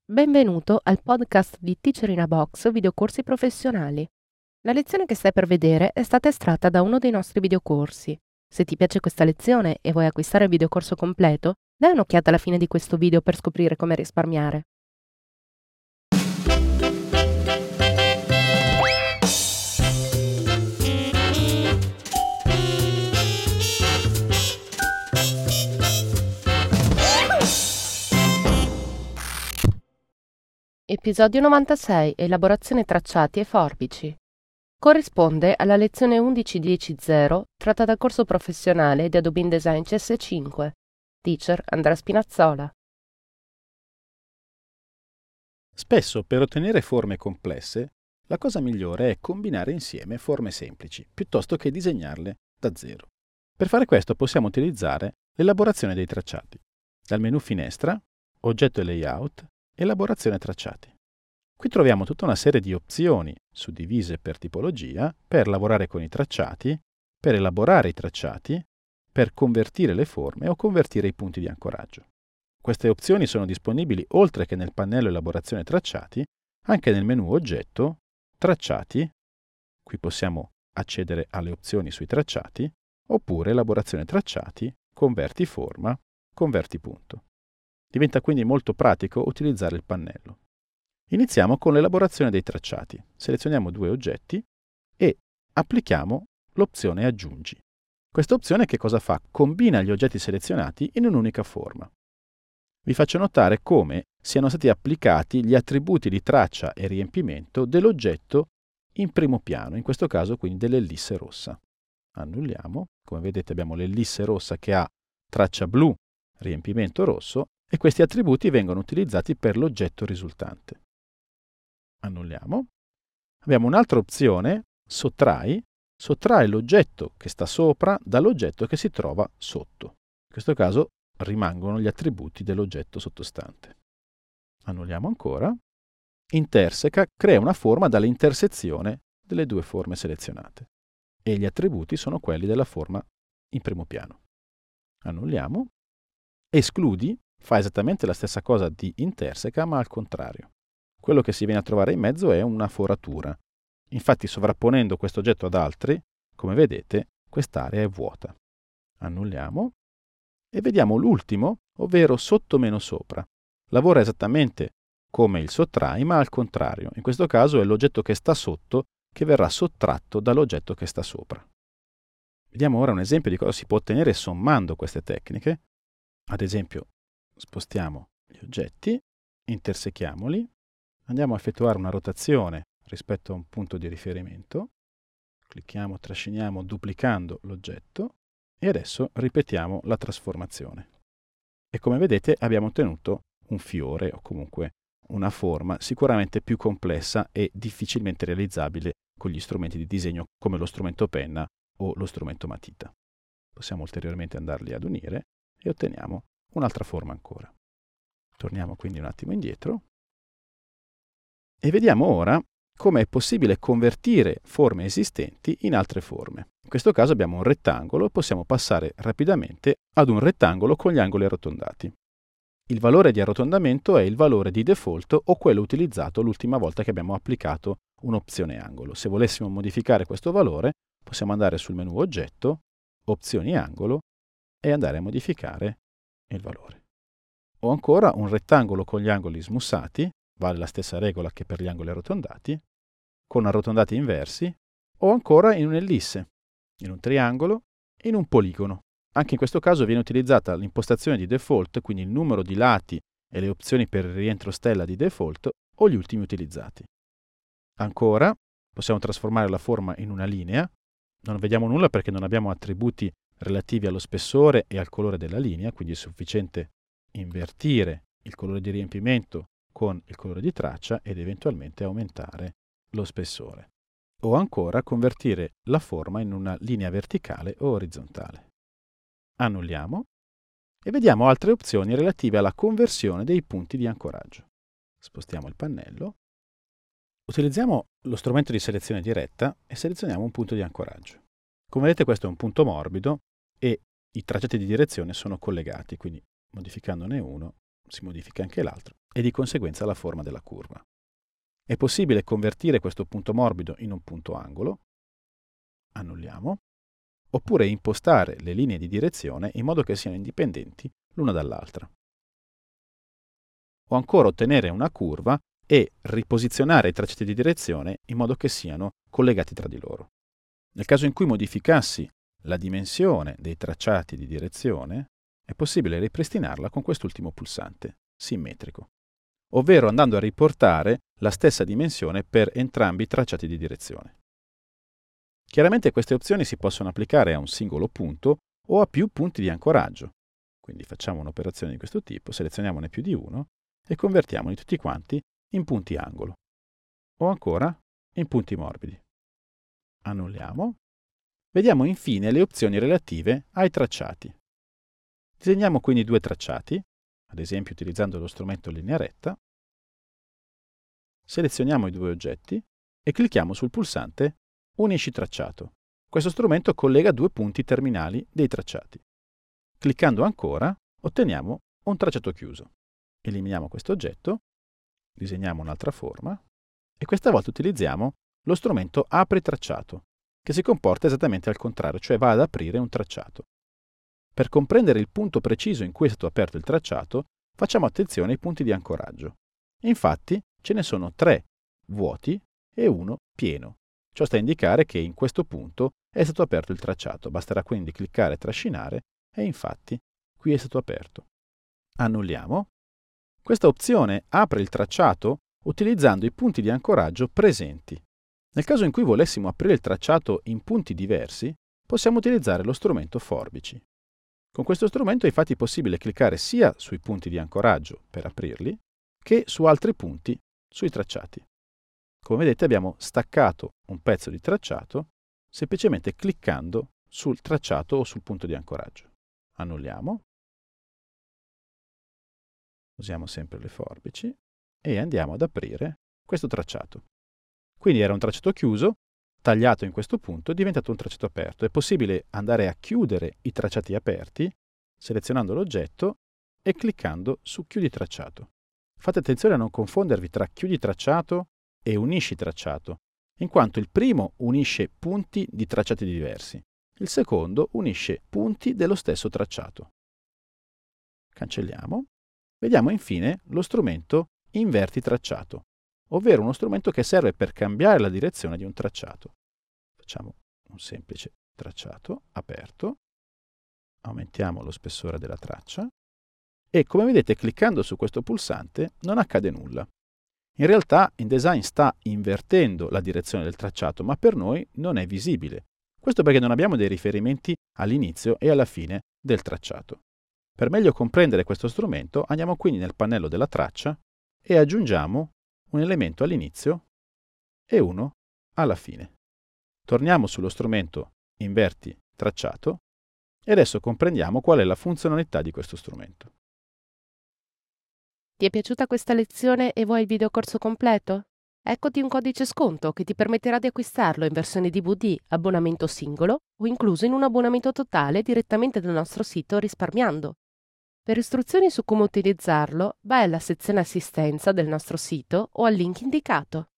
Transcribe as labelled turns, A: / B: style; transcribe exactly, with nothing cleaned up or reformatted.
A: Benvenuto al podcast di Teacher in a Box videocorsi professionali. La lezione che stai per vedere è stata estratta da uno dei nostri videocorsi. Se ti piace questa lezione e vuoi acquistare il videocorso completo, dai un'occhiata alla fine di questo video per scoprire come risparmiare. Episodio novantasei. Elaborazione tracciati e forbici. Corrisponde alla lezione undici dieci zero tratta dal corso professionale di Adobe InDesign C S cinque. Teacher Andrea Spinazzola.
B: Spesso per ottenere forme complesse, la cosa migliore è combinare insieme forme semplici, piuttosto che disegnarle da zero. Per fare questo possiamo utilizzare l'elaborazione dei tracciati. Dal menu Finestra, Oggetto e Layout, Elaborazione tracciati. Qui troviamo tutta una serie di opzioni, suddivise per tipologia, per lavorare con i tracciati, per elaborare i tracciati, per convertire le forme o convertire i punti di ancoraggio. Queste opzioni sono disponibili oltre che nel pannello Elaborazione tracciati, anche nel menu Oggetto, Tracciati, qui possiamo accedere alle opzioni sui tracciati, oppure Elaborazione tracciati, Converti forma, Converti punto. Diventa quindi molto pratico utilizzare il pannello. Iniziamo con l'elaborazione dei tracciati. Selezioniamo due oggetti e applichiamo l'opzione Aggiungi. Questa opzione che cosa fa? Combina gli oggetti selezionati in un'unica forma. Vi faccio notare come siano stati applicati gli attributi di traccia e riempimento dell'oggetto in primo piano, in questo caso quindi dell'ellisse rossa. Annulliamo. Come vedete abbiamo l'ellisse rossa che ha traccia blu, riempimento rosso, e questi attributi vengono utilizzati per l'oggetto risultante. Annulliamo. Abbiamo un'altra opzione, sottrai, sottrae l'oggetto che sta sopra dall'oggetto che si trova sotto. In questo caso rimangono gli attributi dell'oggetto sottostante. Annulliamo ancora. Interseca, crea una forma dall'intersezione delle due forme selezionate. E gli attributi sono quelli della forma in primo piano. Annulliamo. Escludi, fa esattamente la stessa cosa di interseca, ma al contrario. Quello che si viene a trovare in mezzo è una foratura. Infatti, sovrapponendo questo oggetto ad altri, come vedete, quest'area è vuota. Annulliamo e vediamo l'ultimo, ovvero sotto meno sopra. Lavora esattamente come il sottrai, ma al contrario. In questo caso è l'oggetto che sta sotto che verrà sottratto dall'oggetto che sta sopra. Vediamo ora un esempio di cosa si può ottenere sommando queste tecniche. Ad esempio, spostiamo gli oggetti, intersechiamoli, andiamo a effettuare una rotazione rispetto a un punto di riferimento, clicchiamo, trasciniamo duplicando l'oggetto e adesso ripetiamo la trasformazione. E come vedete abbiamo ottenuto un fiore o comunque una forma sicuramente più complessa e difficilmente realizzabile con gli strumenti di disegno come lo strumento penna o lo strumento matita. Possiamo ulteriormente andarli ad unire e otteniamo un'altra forma ancora. Torniamo quindi un attimo indietro e vediamo ora come è possibile convertire forme esistenti in altre forme. In questo caso abbiamo un rettangolo e possiamo passare rapidamente ad un rettangolo con gli angoli arrotondati. Il valore di arrotondamento è il valore di default o quello utilizzato l'ultima volta che abbiamo applicato un'opzione angolo. Se volessimo modificare questo valore, possiamo andare sul menu Oggetto, Opzioni Angolo e andare a modificare il valore. O ancora un rettangolo con gli angoli smussati, vale la stessa regola che per gli angoli arrotondati, con arrotondati inversi, o ancora in un'ellisse, in un triangolo e in un poligono. Anche in questo caso viene utilizzata l'impostazione di default, quindi il numero di lati e le opzioni per il rientro stella di default o gli ultimi utilizzati. Ancora, possiamo trasformare la forma in una linea. Non vediamo nulla perché non abbiamo attributi relativi allo spessore e al colore della linea, quindi è sufficiente invertire il colore di riempimento con il colore di traccia ed eventualmente aumentare lo spessore. O ancora convertire la forma in una linea verticale o orizzontale. Annulliamo e vediamo altre opzioni relative alla conversione dei punti di ancoraggio. Spostiamo il pannello, utilizziamo lo strumento di selezione diretta e selezioniamo un punto di ancoraggio. Come vedete questo è un punto morbido e i tracciati di direzione sono collegati, quindi modificandone uno si modifica anche l'altro e di conseguenza la forma della curva. È possibile convertire questo punto morbido in un punto angolo, annulliamo, oppure impostare le linee di direzione in modo che siano indipendenti l'una dall'altra. O ancora ottenere una curva e riposizionare i tracciati di direzione in modo che siano collegati tra di loro. Nel caso in cui modificassi la dimensione dei tracciati di direzione, è possibile ripristinarla con quest'ultimo pulsante, simmetrico, ovvero andando a riportare la stessa dimensione per entrambi i tracciati di direzione. Chiaramente queste opzioni si possono applicare a un singolo punto o a più punti di ancoraggio. Quindi facciamo un'operazione di questo tipo, selezioniamone più di uno e convertiamoli tutti quanti in punti angolo, o ancora in punti morbidi. Annulliamo. Vediamo infine le opzioni relative ai tracciati. Disegniamo quindi due tracciati, ad esempio utilizzando lo strumento linea retta. Selezioniamo i due oggetti e clicchiamo sul pulsante Unisci tracciato. Questo strumento collega due punti terminali dei tracciati. Cliccando ancora, otteniamo un tracciato chiuso. Eliminiamo questo oggetto, disegniamo un'altra forma e questa volta utilizziamo lo strumento Apri tracciato, che si comporta esattamente al contrario, cioè va ad aprire un tracciato. Per comprendere il punto preciso in cui è stato aperto il tracciato, facciamo attenzione ai punti di ancoraggio. Infatti, ce ne sono tre vuoti e uno pieno. Ciò sta a indicare che in questo punto è stato aperto il tracciato. Basterà quindi cliccare e trascinare e infatti qui è stato aperto. Annulliamo. Questa opzione apre il tracciato utilizzando i punti di ancoraggio presenti. Nel caso in cui volessimo aprire il tracciato in punti diversi, possiamo utilizzare lo strumento forbici. Con questo strumento è infatti possibile cliccare sia sui punti di ancoraggio per aprirli, che su altri punti sui tracciati. Come vedete abbiamo staccato un pezzo di tracciato semplicemente cliccando sul tracciato o sul punto di ancoraggio. Annulliamo. Usiamo sempre le forbici e andiamo ad aprire questo tracciato. Quindi era un tracciato chiuso, tagliato in questo punto, è diventato un tracciato aperto. È possibile andare a chiudere i tracciati aperti selezionando l'oggetto e cliccando su Chiudi tracciato. Fate attenzione a non confondervi tra Chiudi tracciato e Unisci tracciato, in quanto il primo unisce punti di tracciati diversi, il secondo unisce punti dello stesso tracciato. Cancelliamo. Vediamo infine lo strumento Inverti tracciato, ovvero uno strumento che serve per cambiare la direzione di un tracciato. Facciamo un semplice tracciato aperto, aumentiamo lo spessore della traccia e come vedete cliccando su questo pulsante non accade nulla. In realtà InDesign sta invertendo la direzione del tracciato, ma per noi non è visibile. Questo perché non abbiamo dei riferimenti all'inizio e alla fine del tracciato. Per meglio comprendere questo strumento andiamo quindi nel pannello della traccia e aggiungiamo un elemento all'inizio e uno alla fine. Torniamo sullo strumento Inverti tracciato e adesso comprendiamo qual è la funzionalità di questo strumento.
A: Ti è piaciuta questa lezione e vuoi il videocorso completo? Eccoti un codice sconto che ti permetterà di acquistarlo in versione D V D, abbonamento singolo o incluso in un abbonamento totale direttamente dal nostro sito risparmiando. Per istruzioni su come utilizzarlo, vai alla sezione assistenza del nostro sito o al link indicato.